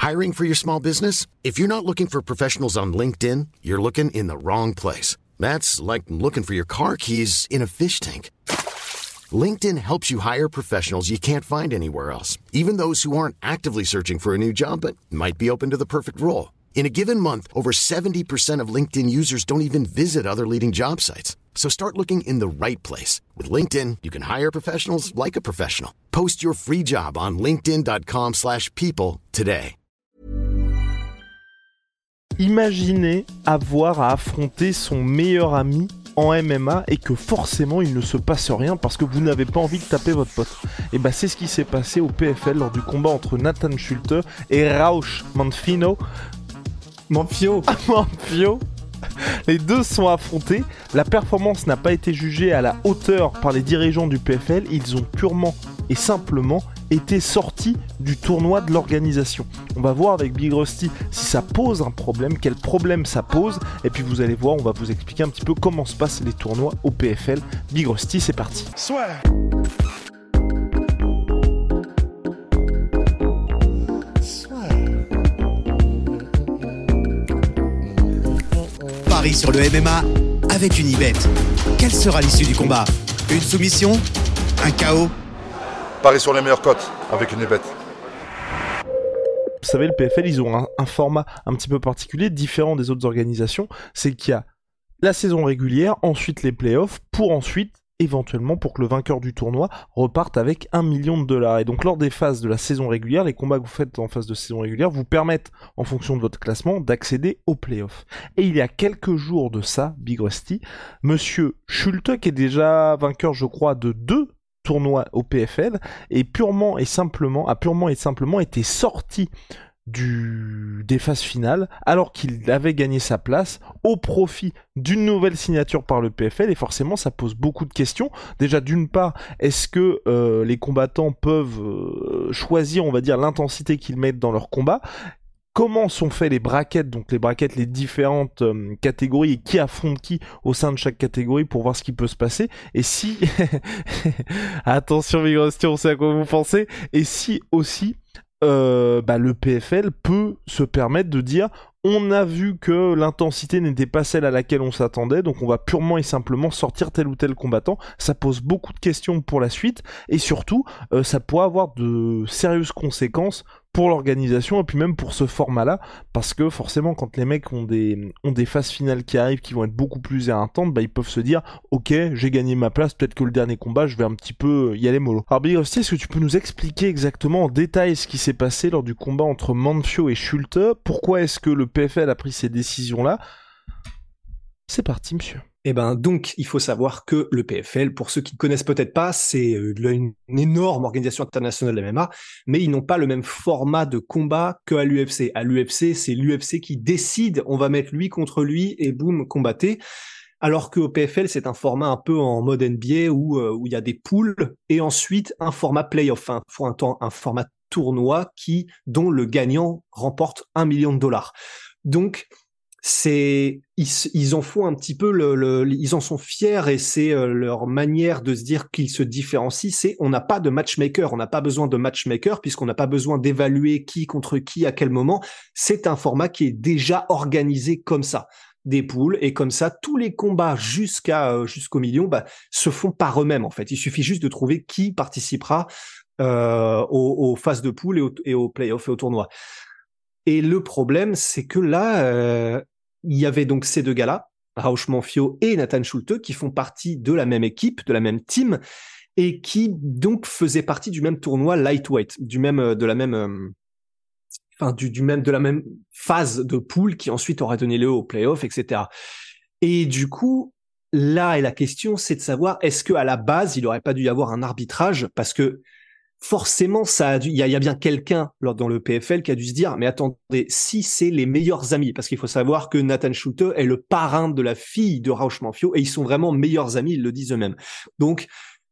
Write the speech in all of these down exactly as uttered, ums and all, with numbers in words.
Hiring for your small business? If you're not looking for professionals on LinkedIn, you're looking in the wrong place. That's like looking for your car keys in a fish tank. LinkedIn helps you hire professionals you can't find anywhere else, even those who aren't actively searching for a new job but might be open to the perfect role. In a given month, over seventy percent of LinkedIn users don't even visit other leading job sites. So start looking in the right place. With LinkedIn, you can hire professionals like a professional. Post your free job on linkedin.com slash people today. Imaginez avoir à affronter son meilleur ami en M M A et que forcément il ne se passe rien parce que vous n'avez pas envie de taper votre pote. Et bah c'est ce qui s'est passé au P F L lors du combat entre Nathan Schulte et Raush Manfino. Manfio Manfio. Les deux sont affrontés. La performance n'a pas été jugée à la hauteur par les dirigeants du P F L. Ils ont purement et simplement été sortis du tournoi de l'organisation. On va voir avec Big Rusty si ça pose un problème, quel problème ça pose, et puis vous allez voir, on va vous expliquer un petit peu comment se passent les tournois au P F L. Big Rusty, c'est parti. Soit. Paris sur le M M A avec Unibet. Quelle sera l'issue du combat? Une soumission? Un K O? Paris sur les meilleures cotes avec Unibet. Vous savez, le P F L, ils ont un, un format un petit peu particulier, différent des autres organisations. C'est qu'il y a la saison régulière, ensuite les playoffs, pour ensuite, éventuellement, pour que le vainqueur du tournoi reparte avec un million de dollars. Et donc, lors des phases de la saison régulière, les combats que vous faites en phase de saison régulière vous permettent, en fonction de votre classement, d'accéder aux playoffs. Et il y a quelques jours de ça, Big Rusty, Monsieur Schulte, qui est déjà vainqueur, je crois, de deux tournoi au P F L et purement et simplement a purement et simplement été sorti du des phases finales alors qu'il avait gagné sa place au profit d'une nouvelle signature par le P F L. Et forcément ça pose beaucoup de questions. Déjà, d'une part, est-ce que euh, les combattants peuvent euh, choisir, on va dire, l'intensité qu'ils mettent dans leur combat? Comment sont faits les brackets, donc les brackets, les différentes euh, catégories, et qui affronte qui au sein de chaque catégorie pour voir ce qui peut se passer. Et si... Attention Big Rusty, on sait à quoi vous pensez. Et si aussi euh, bah, le P F L peut se permettre de dire... On a vu que l'intensité n'était pas celle à laquelle on s'attendait, donc on va purement et simplement sortir tel ou tel combattant. Ça pose beaucoup de questions pour la suite, et surtout, euh, ça pourrait avoir de sérieuses conséquences pour l'organisation, et puis même pour ce format-là, parce que forcément, quand les mecs ont des, ont des phases finales qui arrivent, qui vont être beaucoup plus éreintantes, bah, ils peuvent se dire « Ok, j'ai gagné ma place, peut-être que le dernier combat, je vais un petit peu y aller mollo ». Alors Big Rusty, est-ce que tu peux nous expliquer exactement en détail ce qui s'est passé lors du combat entre Manfio et Schulte? Pourquoi est-ce que le P F L a pris ces décisions-là? C'est parti, monsieur. Eh ben, donc, il faut savoir que le P F L, pour ceux qui ne connaissent peut-être pas, c'est une, une énorme organisation internationale de M M A, mais ils n'ont pas le même format de combat qu'à l'U F C. À l'U F C, c'est l'U F C qui décide, on va mettre lui contre lui et boum, combattez. Alors qu'au P F L, c'est un format un peu en mode N B A où euh, où il y a des poules et ensuite un format playoff, un, un, un, un format tournoi qui, dont le gagnant remporte un million de dollars. Donc, c'est ils, ils en font un petit peu le, le ils en sont fiers et c'est euh, leur manière de se dire qu'ils se différencient. C'est on n'a pas de matchmaker, on n'a pas besoin de matchmaker puisqu'on n'a pas besoin d'évaluer qui contre qui à quel moment. C'est un format qui est déjà organisé comme ça, des poules, et comme ça tous les combats jusqu'à euh, jusqu'au million bah, se font par eux-mêmes en fait. Il suffit juste de trouver qui participera euh, aux, aux phases de poules et aux, et aux playoffs et au tournoi. Et le problème, c'est que là, euh, il y avait donc ces deux gars-là, Raush Manfio et Nathan Schulte, qui font partie de la même équipe, de la même team, et qui donc faisaient partie du même tournoi lightweight, du même, de la même, euh, enfin du, du même, de la même phase de poule qui ensuite aurait donné lieu aux playoffs, et cetera. Et du coup, là est la question, c'est de savoir est-ce que à la base, il aurait pas dû y avoir un arbitrage, parce que forcément, ça a dû, il y a, y a bien quelqu'un dans le P F L qui a dû se dire, mais attendez, si c'est les meilleurs amis, parce qu'il faut savoir que Nathan Schulte est le parrain de la fille de Raush Manfio et ils sont vraiment meilleurs amis, ils le disent eux-mêmes. Donc,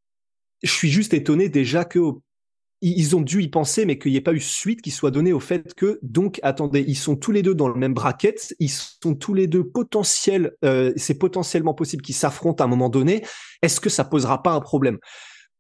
je suis juste étonné déjà que ils ont dû y penser, mais qu'il n'y ait pas eu suite qui soit donnée au fait que, donc, attendez, ils sont tous les deux dans le même bracket, ils sont tous les deux potentiels, euh, c'est potentiellement possible qu'ils s'affrontent à un moment donné. Est-ce que ça posera pas un problème?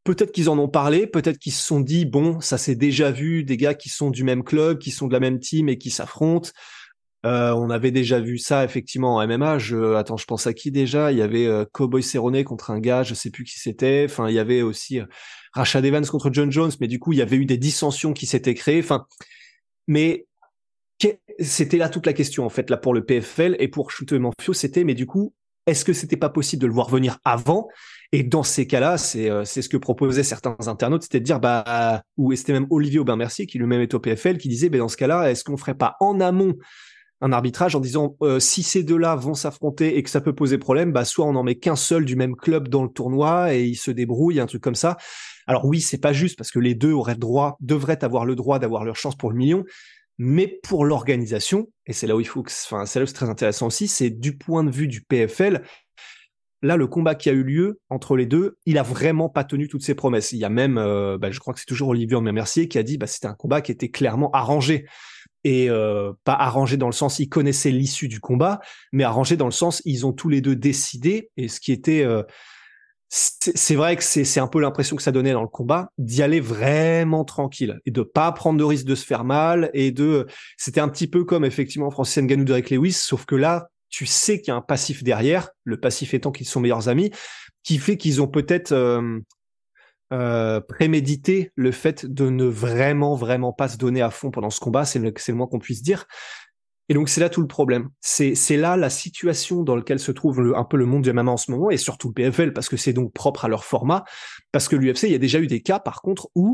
peut-être qu'ils en ont parlé, peut-être qu'ils se sont dit, bon, ça s'est déjà vu, des gars qui sont du même club, qui sont de la même team et qui s'affrontent. Euh, on avait déjà vu ça effectivement en M M A. Je, attends, je pense à qui déjà? Il y avait euh, Cowboy Cerrone contre un gars, je sais plus qui c'était. Enfin, il y avait aussi euh, Rashad Evans contre John Jones, mais du coup, il y avait eu des dissensions qui s'étaient créées. Enfin, mais c'était là toute la question en fait là pour le P F L et pour Shooter Manfio, c'était mais du coup, est-ce que c'était pas possible de le voir venir avant? Et dans ces cas-là, c'est euh, c'est ce que proposaient certains internautes, c'était de dire bah ou c'était même Olivier Aubin-Mercier qui lui-même est au P F L qui disait bah dans ce cas-là, est-ce qu'on ferait pas en amont un arbitrage en disant euh, si ces deux-là vont s'affronter et que ça peut poser problème, bah soit on en met qu'un seul du même club dans le tournoi et ils se débrouillent, un truc comme ça. Alors oui, c'est pas juste parce que les deux auraient le droit, devraient avoir le droit d'avoir leur chance pour le million, mais pour l'organisation, et c'est là où il faut que, enfin c'est là où c'est très intéressant aussi, c'est du point de vue du P F L. Là, le combat qui a eu lieu entre les deux, il a vraiment pas tenu toutes ses promesses. Il y a même, euh, bah, je crois que c'est toujours Olivier Aubin-Mercier qui a dit, bah c'était un combat qui était clairement arrangé. Et euh, pas arrangé dans le sens ils connaissaient l'issue du combat, mais arrangé dans le sens ils ont tous les deux décidé, et ce qui était euh, c'est, c'est vrai que c'est, c'est un peu l'impression que ça donnait dans le combat, d'y aller vraiment tranquille et de pas prendre de risque de se faire mal, et de c'était un petit peu comme effectivement Francis Ngannou, Derek Lewis, sauf que là tu sais qu'il y a un passif derrière, le passif étant qu'ils sont meilleurs amis, qui fait qu'ils ont peut-être euh, Euh, préméditer le fait de ne vraiment vraiment pas se donner à fond pendant ce combat, c'est le, c'est le moins qu'on puisse dire. Et donc c'est là tout le problème. C'est c'est là la situation dans laquelle se trouve le, un peu le monde du M M A en ce moment, et surtout le P F L parce que c'est donc propre à leur format. Parce que l'U F C, il y a déjà eu des cas par contre où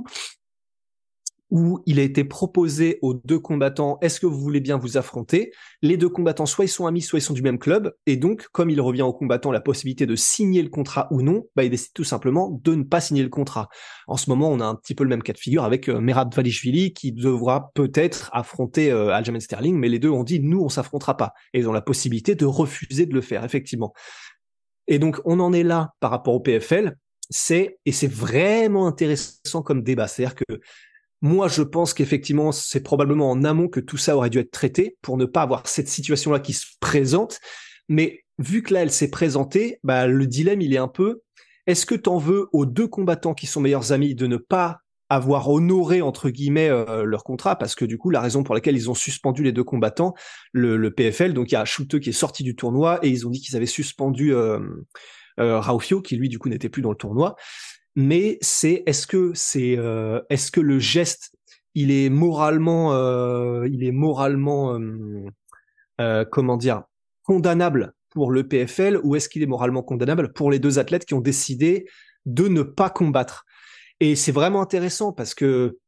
où il a été proposé aux deux combattants, est-ce que vous voulez bien vous affronter? Les deux combattants, soit ils sont amis, soit ils sont du même club, et donc, comme il revient aux combattants la possibilité de signer le contrat ou non, bah, ils décident tout simplement de ne pas signer le contrat. En ce moment, on a un petit peu le même cas de figure avec euh, Merab Dvalishvili, qui devra peut-être affronter euh, Aljamain Sterling, mais les deux ont dit, nous, on s'affrontera pas. Et ils ont la possibilité de refuser de le faire, effectivement. Et donc, on en est là par rapport au P F L, c'est, et c'est vraiment intéressant comme débat, c'est-à-dire que moi, je pense qu'effectivement, c'est probablement en amont que tout ça aurait dû être traité pour ne pas avoir cette situation-là qui se présente. Mais vu que là, elle s'est présentée, bah, le dilemme, il est un peu, est-ce que t'en veux aux deux combattants qui sont meilleurs amis de ne pas avoir honoré, entre guillemets, euh, leur contrat? Parce que du coup, la raison pour laquelle ils ont suspendu les deux combattants, le, le P F L, donc il y a Shooter qui est sorti du tournoi et ils ont dit qu'ils avaient suspendu euh, euh, Raufio, qui lui, du coup, n'était plus dans le tournoi. Mais c'est est-ce que c'est euh, est-ce que le geste il est moralement euh, il est moralement euh, euh, comment dire condamnable pour le P F L, ou est-ce qu'il est moralement condamnable pour les deux athlètes qui ont décidé de ne pas combattre? Et c'est vraiment intéressant parce que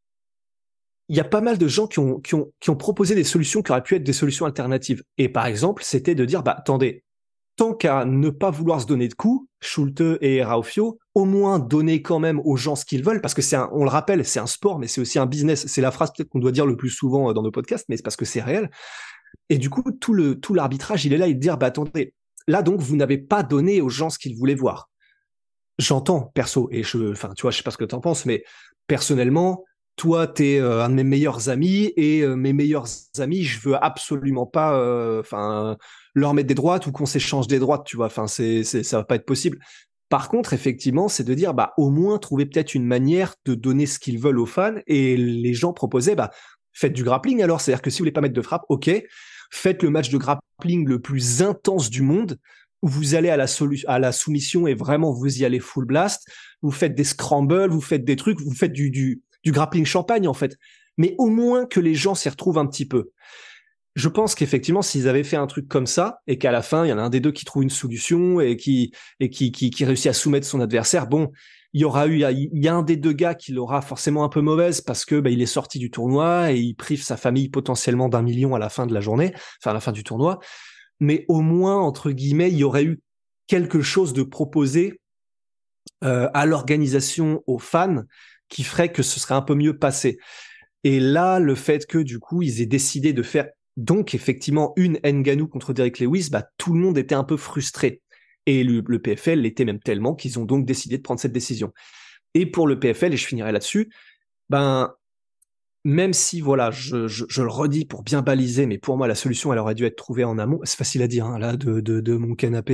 il y a pas mal de gens qui ont qui ont qui ont proposé des solutions qui auraient pu être des solutions alternatives. Et par exemple, c'était de dire bah attendez, tant qu'à ne pas vouloir se donner de coups, Schulte et Raufio, au moins donner quand même aux gens ce qu'ils veulent, parce que c'est un, on le rappelle, c'est un sport, mais c'est aussi un business. C'est la phrase peut-être qu'on doit dire le plus souvent dans nos podcasts, mais c'est parce que c'est réel. Et du coup, tout le, tout l'arbitrage, il est là, il dit, bah, attendez, là, donc, vous n'avez pas donné aux gens ce qu'ils voulaient voir. J'entends, perso, et je, enfin, tu vois, je sais pas ce que t'en penses, mais personnellement, toi, t'es euh, un de mes meilleurs amis, et euh, mes meilleurs amis, je veux absolument pas, enfin, euh, leur mettre des droites ou qu'on s'échange des droites, tu vois. Enfin, c'est, c'est, ça va pas être possible. Par contre, effectivement, c'est de dire, bah, au moins trouver peut-être une manière de donner ce qu'ils veulent aux fans. Et les gens proposaient, bah, faites du grappling alors. C'est-à-dire que si vous voulez pas mettre de frappe, ok, faites le match de grappling le plus intense du monde, où vous allez à la, solu- à la soumission et vraiment vous y allez full blast. Vous faites des scrambles, vous faites des trucs, vous faites du, du, du grappling champagne en fait. Mais au moins que les gens s'y retrouvent un petit peu. Je pense qu'effectivement, s'ils avaient fait un truc comme ça, et qu'à la fin, il y en a un des deux qui trouve une solution et qui, et qui, qui, qui réussit à soumettre son adversaire, bon, il y aura eu, il y a un des deux gars qui l'aura forcément un peu mauvaise parce que, bah, il est sorti du tournoi et il prive sa famille potentiellement d'un million à la fin de la journée, enfin, à la fin du tournoi. Mais au moins, entre guillemets, il y aurait eu quelque chose de proposé, euh, à l'organisation, aux fans, qui ferait que ce serait un peu mieux passé. Et là, le fait que, du coup, ils aient décidé de faire donc effectivement une Ngannou contre Derek Lewis, bah, tout le monde était un peu frustré. Et le, le P F L l'était même tellement qu'ils ont donc décidé de prendre cette décision. Et pour le P F L, et je finirai là-dessus, ben, même si, voilà, je, je, je le redis pour bien baliser, mais pour moi, la solution, elle aurait dû être trouvée en amont. C'est facile à dire, hein, là, de, de, de mon canapé, de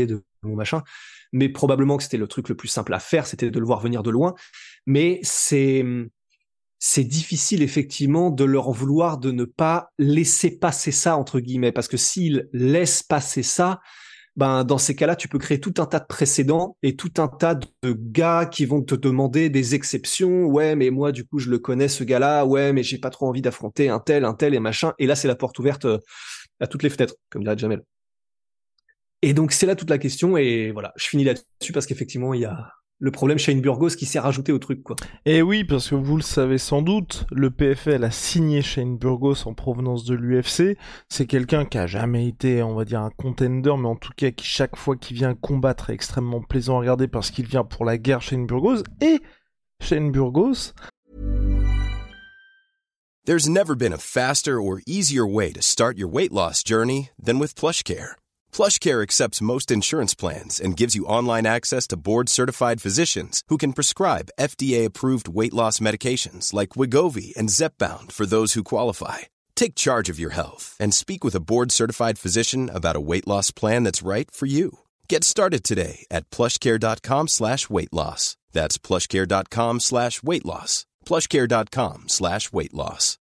ou machin, mais probablement que c'était le truc le plus simple à faire, c'était de le voir venir de loin. Mais c'est c'est difficile effectivement de leur vouloir de ne pas laisser passer ça entre guillemets, parce que s'ils laissent passer ça, ben dans ces cas-là, tu peux créer tout un tas de précédents et tout un tas de gars qui vont te demander des exceptions. Ouais, mais moi, du coup, je le connais, ce gars-là. Ouais, mais j'ai pas trop envie d'affronter un tel, un tel et machin. Et là, c'est la porte ouverte à toutes les fenêtres, comme dirait Jamel. Et donc, c'est là toute la question. Et voilà, je finis là-dessus parce qu'effectivement, il y a le problème Shane Burgos qui s'est rajouté au truc, quoi. Et oui, parce que vous le savez sans doute, le P F L a signé Shane Burgos en provenance de l'U F C. C'est quelqu'un qui a jamais été, on va dire, un contender, mais en tout cas qui chaque fois qu'il vient combattre est extrêmement plaisant à regarder parce qu'il vient pour la guerre, Shane Burgos. Et Shane Burgos... There's never been a faster or easier way to start your weight loss journey than with PlushCare. PlushCare accepts most insurance plans and gives you online access to board-certified physicians who can prescribe F D A-approved weight loss medications like Wegovy and Zepbound for those who qualify. Take charge of your health and speak with a board-certified physician about a weight loss plan that's right for you. Get started today at plushcare.com slash weight loss. That's plushcare.com slash weight loss. plushcare.com slash weight loss.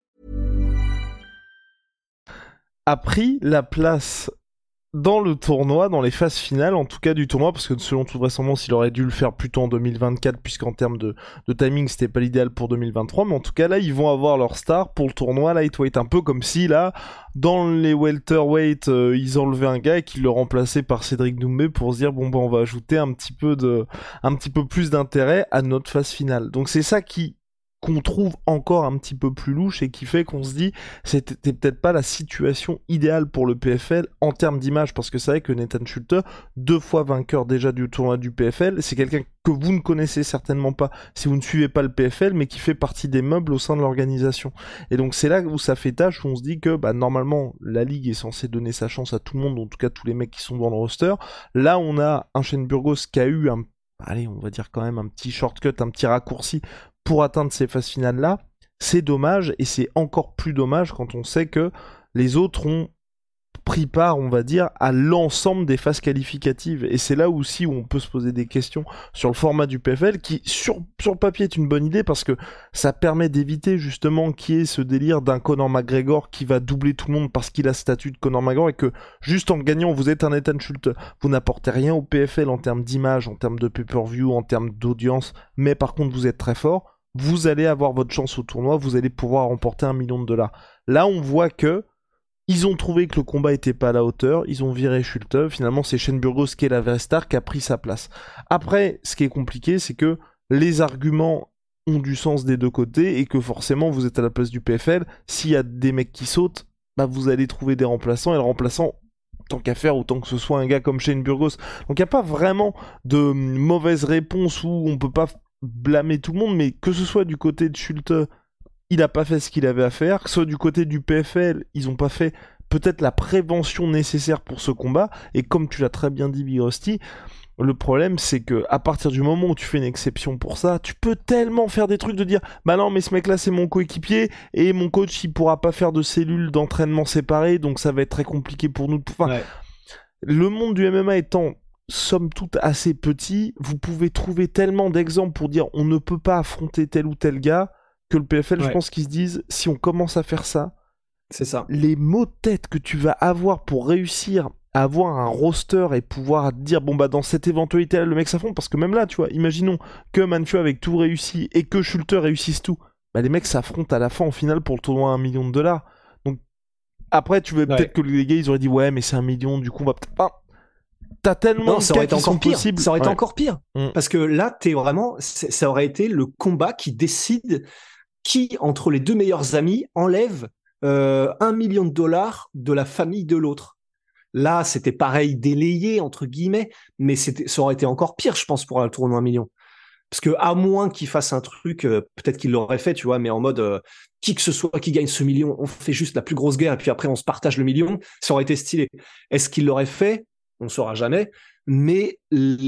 A pris la place dans le tournoi, dans les phases finales, en tout cas du tournoi, parce que selon toute vraisemblance, il aurait dû le faire plutôt en deux mille vingt-quatre, puisqu'en termes de, de timing, c'était pas l'idéal pour deux mille vingt-trois, mais en tout cas, là, ils vont avoir leur star pour le tournoi lightweight, un peu comme si, là, dans les welterweight, euh, ils enlevaient un gars et qu'ils le remplaçaient par Cédric Doumbé pour se dire, bon, bah, on va ajouter un petit peu de, un petit peu plus d'intérêt à notre phase finale. Donc c'est ça qui, qu'on trouve encore un petit peu plus louche et qui fait qu'on se dit c'était peut-être pas la situation idéale pour le P F L en termes d'image, parce que c'est vrai que Nathan Schulte, deux fois vainqueur déjà du tournoi du P F L, c'est quelqu'un que vous ne connaissez certainement pas si vous ne suivez pas le P F L, mais qui fait partie des meubles au sein de l'organisation. Et donc c'est là où ça fait tâche, où on se dit que bah, normalement la ligue est censée donner sa chance à tout le monde, en tout cas tous les mecs qui sont dans le roster. Là on a un Shane Burgos qui a eu un, allez on va dire quand même un petit shortcut, un petit raccourci pour atteindre ces phases finales-là. C'est dommage, et c'est encore plus dommage quand on sait que les autres ont pris part, on va dire, à l'ensemble des phases qualificatives. Et c'est là aussi où on peut se poser des questions sur le format du P F L, qui, sur, sur le papier, est une bonne idée, parce que ça permet d'éviter, justement, qu'il y ait ce délire d'un Conor McGregor qui va doubler tout le monde parce qu'il a le statut de Conor McGregor, et que, juste en gagnant, vous êtes un Nathan Schulte, vous n'apportez rien au P F L en termes d'image, en termes de pay-per-view, en termes d'audience, mais par contre, vous êtes très fort. Vous allez avoir votre chance au tournoi, vous allez pouvoir remporter un million de dollars. Là, on voit que ils ont trouvé que le combat était pas à la hauteur, ils ont viré Schulte, finalement c'est Shane Burgos qui est la vraie star, qui a pris sa place. Après, ce qui est compliqué, c'est que les arguments ont du sens des deux côtés, et que forcément, vous êtes à la place du P F L, s'il y a des mecs qui sautent, bah vous allez trouver des remplaçants, et le remplaçant, tant qu'à faire, autant que ce soit un gars comme Shane Burgos. Donc il n'y a pas vraiment de mauvaise réponse où on peut pas blâmer tout le monde, mais que ce soit du côté de Schulte, il a pas fait ce qu'il avait à faire, que ce soit du côté du P F L, ils ont pas fait peut-être la prévention nécessaire pour ce combat, et comme tu l'as très bien dit, Big Rusty, le problème c'est que à partir du moment où tu fais une exception pour ça, tu peux tellement faire des trucs de dire bah non mais ce mec là c'est mon coéquipier et mon coach il pourra pas faire de cellules d'entraînement séparées, donc ça va être très compliqué pour nous. Enfin, ouais. Le monde du M M A étant somme toute assez petit, vous pouvez trouver tellement d'exemples pour dire on ne peut pas affronter tel ou tel gars, que le P F L, ouais. Je pense qu'ils se disent, si on commence à faire ça, c'est ça. Les mots de tête que tu vas avoir pour réussir à avoir un roster et pouvoir te dire, bon bah dans cette éventualité-là, le mec s'affronte, parce que même là, tu vois, imaginons que Manfio avec tout réussi et que Schulte réussisse tout, bah les mecs s'affrontent à la fin en finale pour le tournoi à un million de dollars. Donc après, tu veux ouais. peut-être que les gars, ils auraient dit, ouais mais c'est un million, du coup on va peut-être pas... T'as tellement non, ça aurait été encore pire. Possibles. Ça aurait été ouais. encore pire. Mm. Parce que là, t'es vraiment, ça aurait été le combat qui décide qui, entre les deux meilleurs amis, enlève euh, un million de dollars de la famille de l'autre. Là, c'était pareil, délayé, entre guillemets, mais c'était, ça aurait été encore pire, je pense, pour un tournoi à un million. Parce que, à moins qu'il fasse un truc, euh, peut-être qu'il l'aurait fait, tu vois, mais en mode, euh, qui que ce soit qui gagne ce million, on fait juste la plus grosse guerre, et puis après, on se partage le million, ça aurait été stylé. Est-ce qu'il l'aurait fait ? On ne saura jamais, mais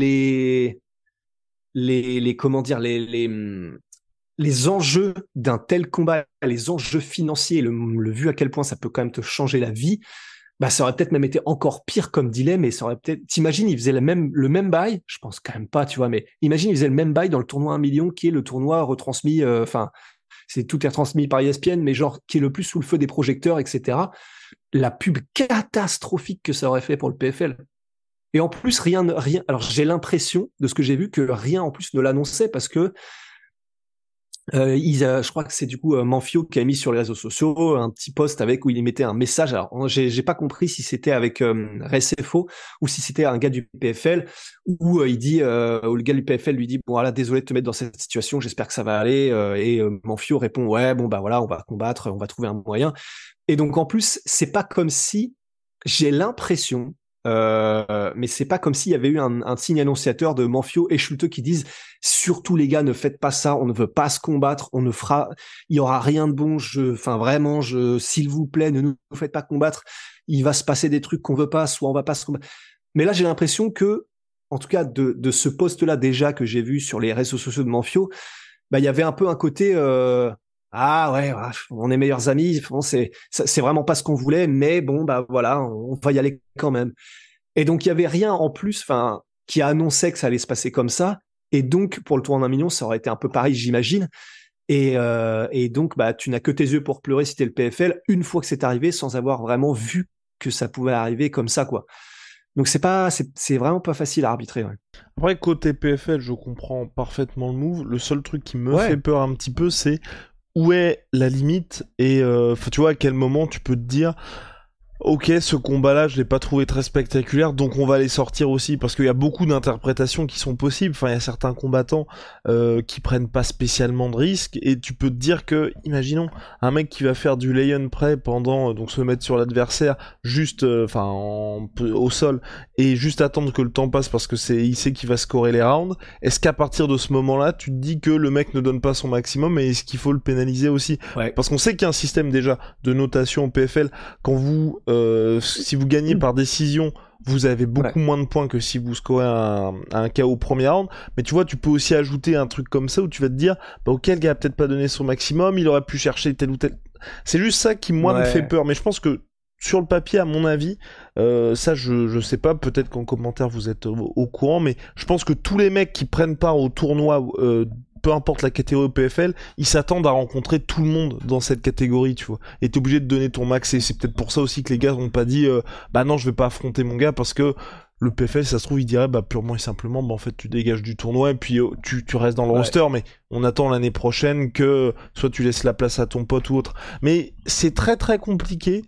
les, les, les comment dire, les, les, les enjeux d'un tel combat, les enjeux financiers, le, le vu à quel point ça peut quand même te changer la vie, bah ça aurait peut-être même été encore pire comme dilemme, et ça aurait peut-être, t'imagines, il faisait le même, le même bail, je pense quand même pas, tu vois, mais imagine, il faisait le même bail dans le tournoi un million, qui est le tournoi retransmis, enfin, euh, c'est tout est retransmis par E S P N, mais genre, qui est le plus sous le feu des projecteurs, et cetera. La pub catastrophique que ça aurait fait pour le P F L. Et en plus, rien, rien, alors j'ai l'impression, de ce que j'ai vu, que rien en plus ne l'annonçait, parce que Euh, ils, euh, je crois que c'est du coup euh, Manfio qui a mis sur les réseaux sociaux un petit post avec où il mettait un message. Alors j'ai, j'ai pas compris si c'était avec euh, Recefo ou si c'était un gars du P F L, où euh, il dit, euh, où le gars du P F L lui dit bon voilà, désolé de te mettre dans cette situation, j'espère que ça va aller. Euh, et euh, Manfio répond ouais bon bah voilà, on va combattre, on va trouver un moyen. Et donc en plus c'est pas comme si, j'ai l'impression, Euh, mais c'est pas comme s'il y avait eu un, un signe annonciateur de Manfio et Schulte qui disent surtout les gars, ne faites pas ça, on ne veut pas se combattre, on ne fera, il y aura rien de bon, je, enfin vraiment, je, s'il vous plaît, ne nous faites pas combattre, il va se passer des trucs qu'on veut pas, soit on va pas se combattre. Mais là j'ai l'impression que, en tout cas de, de ce post-là déjà que j'ai vu sur les réseaux sociaux de Manfio, bah il y avait un peu un côté euh, ah ouais, ouais, on est meilleurs amis, c'est c'est vraiment pas ce qu'on voulait, mais bon bah voilà, on va y aller quand même. Et donc il y avait rien en plus, enfin, qui annonçait que ça allait se passer comme ça. Et donc pour le tournoi d'un million, ça aurait été un peu pareil, j'imagine. Et, euh, et donc bah tu n'as que tes yeux pour pleurer si t'es le P F L une fois que c'est arrivé, sans avoir vraiment vu que ça pouvait arriver comme ça, quoi. Donc c'est pas, c'est, c'est vraiment pas facile à arbitrer. Ouais. Après côté P F L, je comprends parfaitement le move. Le seul truc qui me Ouais. fait peur un petit peu, c'est où est la limite et euh, tu vois à quel moment tu peux te dire ok, ce combat-là, je l'ai pas trouvé très spectaculaire, donc on va les sortir aussi, parce qu'il y a beaucoup d'interprétations qui sont possibles. Enfin, il y a certains combattants euh, qui prennent pas spécialement de risques, et tu peux te dire que, imaginons, un mec qui va faire du lay-on près pendant, euh, donc se mettre sur l'adversaire, juste, enfin, euh, au sol, et juste attendre que le temps passe parce que c'est, il sait qu'il va scorer les rounds. Est-ce qu'à partir de ce moment-là, tu te dis que le mec ne donne pas son maximum, et est-ce qu'il faut le pénaliser aussi? Ouais. Parce qu'on sait qu'il y a un système déjà de notation au P F L quand vous Euh, si vous gagnez par décision, vous avez beaucoup ouais. moins de points que si vous scorez un, un K O au premier round. Mais tu vois, tu peux aussi ajouter un truc comme ça où tu vas te dire, bah ok, le gars a peut-être pas donné son maximum, il aurait pu chercher tel ou tel. C'est juste ça qui moi ouais. me fait peur. Mais je pense que sur le papier, à mon avis, euh, ça je je sais pas, peut-être qu'en commentaire vous êtes au, au courant, mais je pense que tous les mecs qui prennent part au tournoi, euh, peu importe la catégorie au P F L, ils s'attendent à rencontrer tout le monde dans cette catégorie, tu vois. Et t'es obligé de donner ton max, et c'est peut-être pour ça aussi que les gars n'ont pas dit euh, bah non, je vais pas affronter mon gars, parce que le P F L, ça se trouve, il dirait bah purement et simplement, bah en fait tu dégages du tournoi et puis oh, tu, tu restes dans le ouais. roster, mais on attend l'année prochaine que soit tu laisses la place à ton pote ou autre. Mais c'est très très compliqué.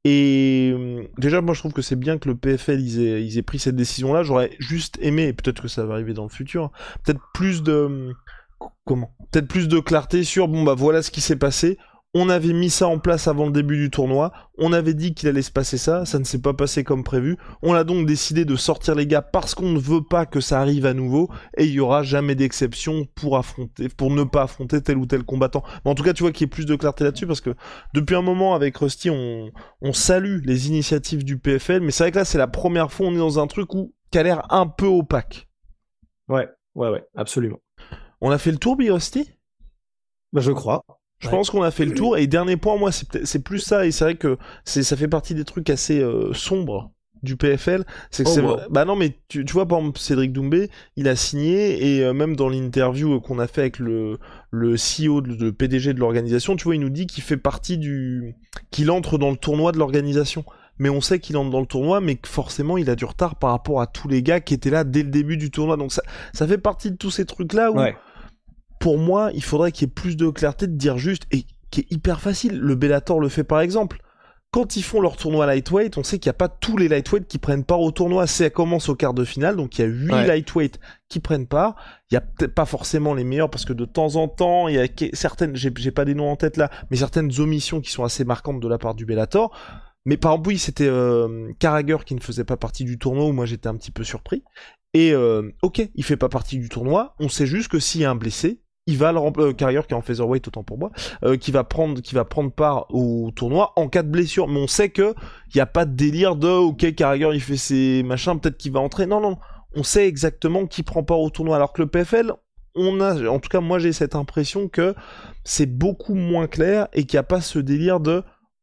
Et déjà, moi, je trouve que c'est bien que le P F L ils aient, ils aient pris cette décision-là. J'aurais juste aimé, et peut-être que ça va arriver dans le futur, peut-être plus de comment, peut-être plus de clarté sur bon bah voilà ce qui s'est passé. On avait mis ça en place avant le début du tournoi. On avait dit qu'il allait se passer ça. Ça ne s'est pas passé comme prévu. On a donc décidé de sortir les gars parce qu'on ne veut pas que ça arrive à nouveau. Et il y aura jamais d'exception pour affronter, pour ne pas affronter tel ou tel combattant. Mais en tout cas, tu vois qu'il y ait plus de clarté là-dessus parce que depuis un moment avec Rusty, on, on salue les initiatives du P F L. Mais c'est vrai que là, c'est la première fois on est dans un truc où qui a l'air un peu opaque. Ouais, ouais, ouais, absolument. On a fait le tour, Big Rusty ? Bah, je crois. Je ouais. pense qu'on a fait le tour, et dernier point, moi, c'est, c'est plus ça, et c'est vrai que c'est, ça fait partie des trucs assez euh, sombres du P F L, c'est que oh, c'est wow. bah non mais tu, tu vois par exemple Cédric Doumbé, il a signé, et euh, même dans l'interview qu'on a fait avec le le C E O, le P D G de l'organisation, tu vois, il nous dit qu'il fait partie du qu'il entre dans le tournoi de l'organisation. Mais on sait qu'il entre dans le tournoi, mais que forcément il a du retard par rapport à tous les gars qui étaient là dès le début du tournoi. Donc ça ça fait partie de tous ces trucs là où ouais. Pour moi, il faudrait qu'il y ait plus de clarté, de dire juste, et qui est hyper facile, le Bellator le fait par exemple. Quand ils font leur tournoi lightweight, on sait qu'il n'y a pas tous les lightweight qui prennent part au tournoi. Ça commence au quart de finale, donc il y a huit ouais. lightweight qui prennent part. Il n'y a peut-être pas forcément les meilleurs, parce que de temps en temps, il y a certaines, j'ai, j'ai pas des noms en tête là, mais certaines omissions qui sont assez marquantes de la part du Bellator. Mais par exemple, oui, c'était euh, Carragher qui ne faisait pas partie du tournoi, où moi j'étais un petit peu surpris. Et euh, ok, il fait pas partie du tournoi, on sait juste que s'il y a un blessé, il va le remplir, euh, Carrier qui est en featherweight, autant pour moi, euh, qui va prendre, qui va prendre part au tournoi en cas de blessure. Mais on sait que il y a pas de délire de, ok, Carrier il fait ses machins, peut-être qu'il va entrer. Non, non, on sait exactement qui prend part au tournoi. Alors que le P F L, on a, en tout cas moi j'ai cette impression que c'est beaucoup moins clair et qu'il n'y a pas ce délire de,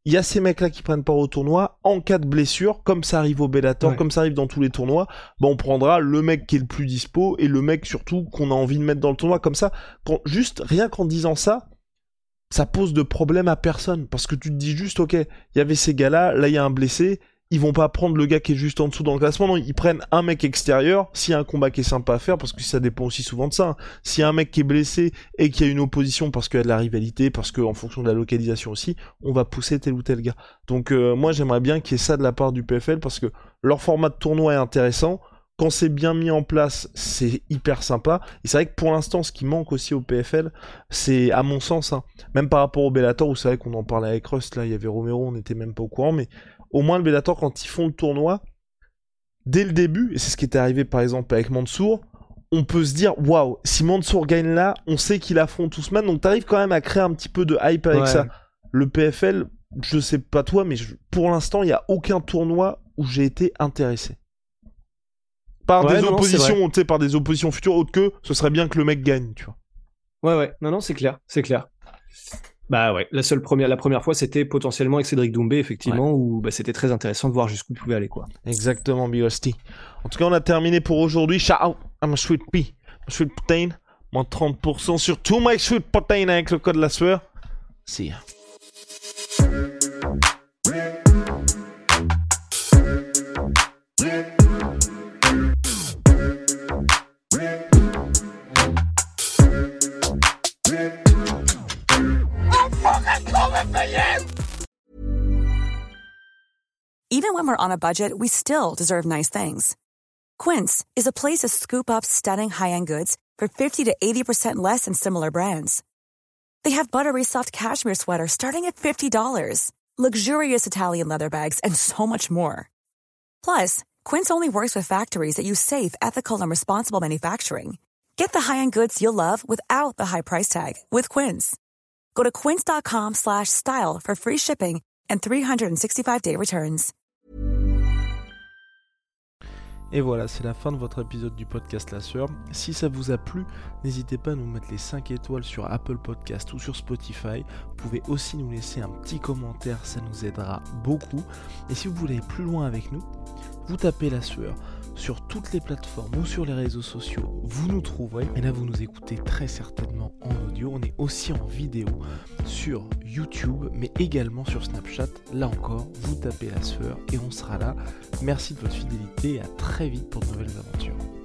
il y a ces mecs-là qui prennent part au tournoi, en cas de blessure, comme ça arrive au Bellator, ouais. comme ça arrive dans tous les tournois, bah on prendra le mec qui est le plus dispo, et le mec surtout qu'on a envie de mettre dans le tournoi, comme ça, quand, juste, rien qu'en disant ça, ça pose de problème à personne, parce que tu te dis juste, ok, il y avait ces gars-là, là il y a un blessé, ils vont pas prendre le gars qui est juste en dessous dans le classement, non, ils prennent un mec extérieur, s'il y a un combat qui est sympa à faire, parce que ça dépend aussi souvent de ça, hein. S'il y a un mec qui est blessé, et qu'il y a une opposition parce qu'il y a de la rivalité, parce qu'en fonction de la localisation aussi, on va pousser tel ou tel gars. Donc euh, moi j'aimerais bien qu'il y ait ça de la part du P F L, parce que leur format de tournoi est intéressant, quand c'est bien mis en place, c'est hyper sympa, et c'est vrai que pour l'instant, ce qui manque aussi au P F L, c'est, à mon sens, hein, même par rapport au Bellator, où c'est vrai qu'on en parlait avec Rust, là, il y avait Romero, on n'était même pas au courant, mais au moins le Bellator, quand ils font le tournoi, dès le début, et c'est ce qui était arrivé par exemple avec Mansour, on peut se dire, waouh, si Mansour gagne là, on sait qu'il affronte Ousmane, donc t'arrives quand même à créer un petit peu de hype avec ouais. ça. Le P F L, je sais pas toi, mais je, pour l'instant, il n'y a aucun tournoi où j'ai été intéressé. Par ouais, des non, oppositions, tu sais, par des oppositions futures autres que, ce serait bien que le mec gagne, tu vois. Ouais, ouais, non, non, c'est clair, c'est clair. Bah ouais, la seule première, la première fois, c'était potentiellement avec Cédric Doumbé, effectivement, ouais. où bah, c'était très intéressant de voir jusqu'où il pouvait aller, quoi. Exactement, B O S T. En tout cas, on a terminé pour aujourd'hui. Shout out à ma sweet pea, ma sweet protein, moins trente pour cent sur tout my sweet protein avec le code la sueur. See ya. Even when we're on a budget, we still deserve nice things. Quince is a place to scoop up stunning high-end goods for fifty to eighty percent less than similar brands. They have buttery soft cashmere sweaters starting at fifty dollars, luxurious Italian leather bags, and so much more. Plus, Quince only works with factories that use safe, ethical, and responsible manufacturing. Get the high-end goods you'll love without the high price tag with Quince. Go to quince.com slash style for free shipping and three sixty-five day returns. Et voilà, c'est la fin de votre épisode du podcast La Sueur. Si ça vous a plu, n'hésitez pas à nous mettre les cinq étoiles sur Apple Podcast ou sur Spotify. Vous pouvez aussi nous laisser un petit commentaire, ça nous aidera beaucoup. Et si vous voulez aller plus loin avec nous, vous tapez La Sueur sur toutes les plateformes ou sur les réseaux sociaux, vous nous trouverez. Et là, vous nous écoutez très certainement en audio. On est aussi en vidéo sur YouTube, mais également sur Snapchat. Là encore, vous tapez La Sueur et on sera là. Merci de votre fidélité et à très vite pour de nouvelles aventures.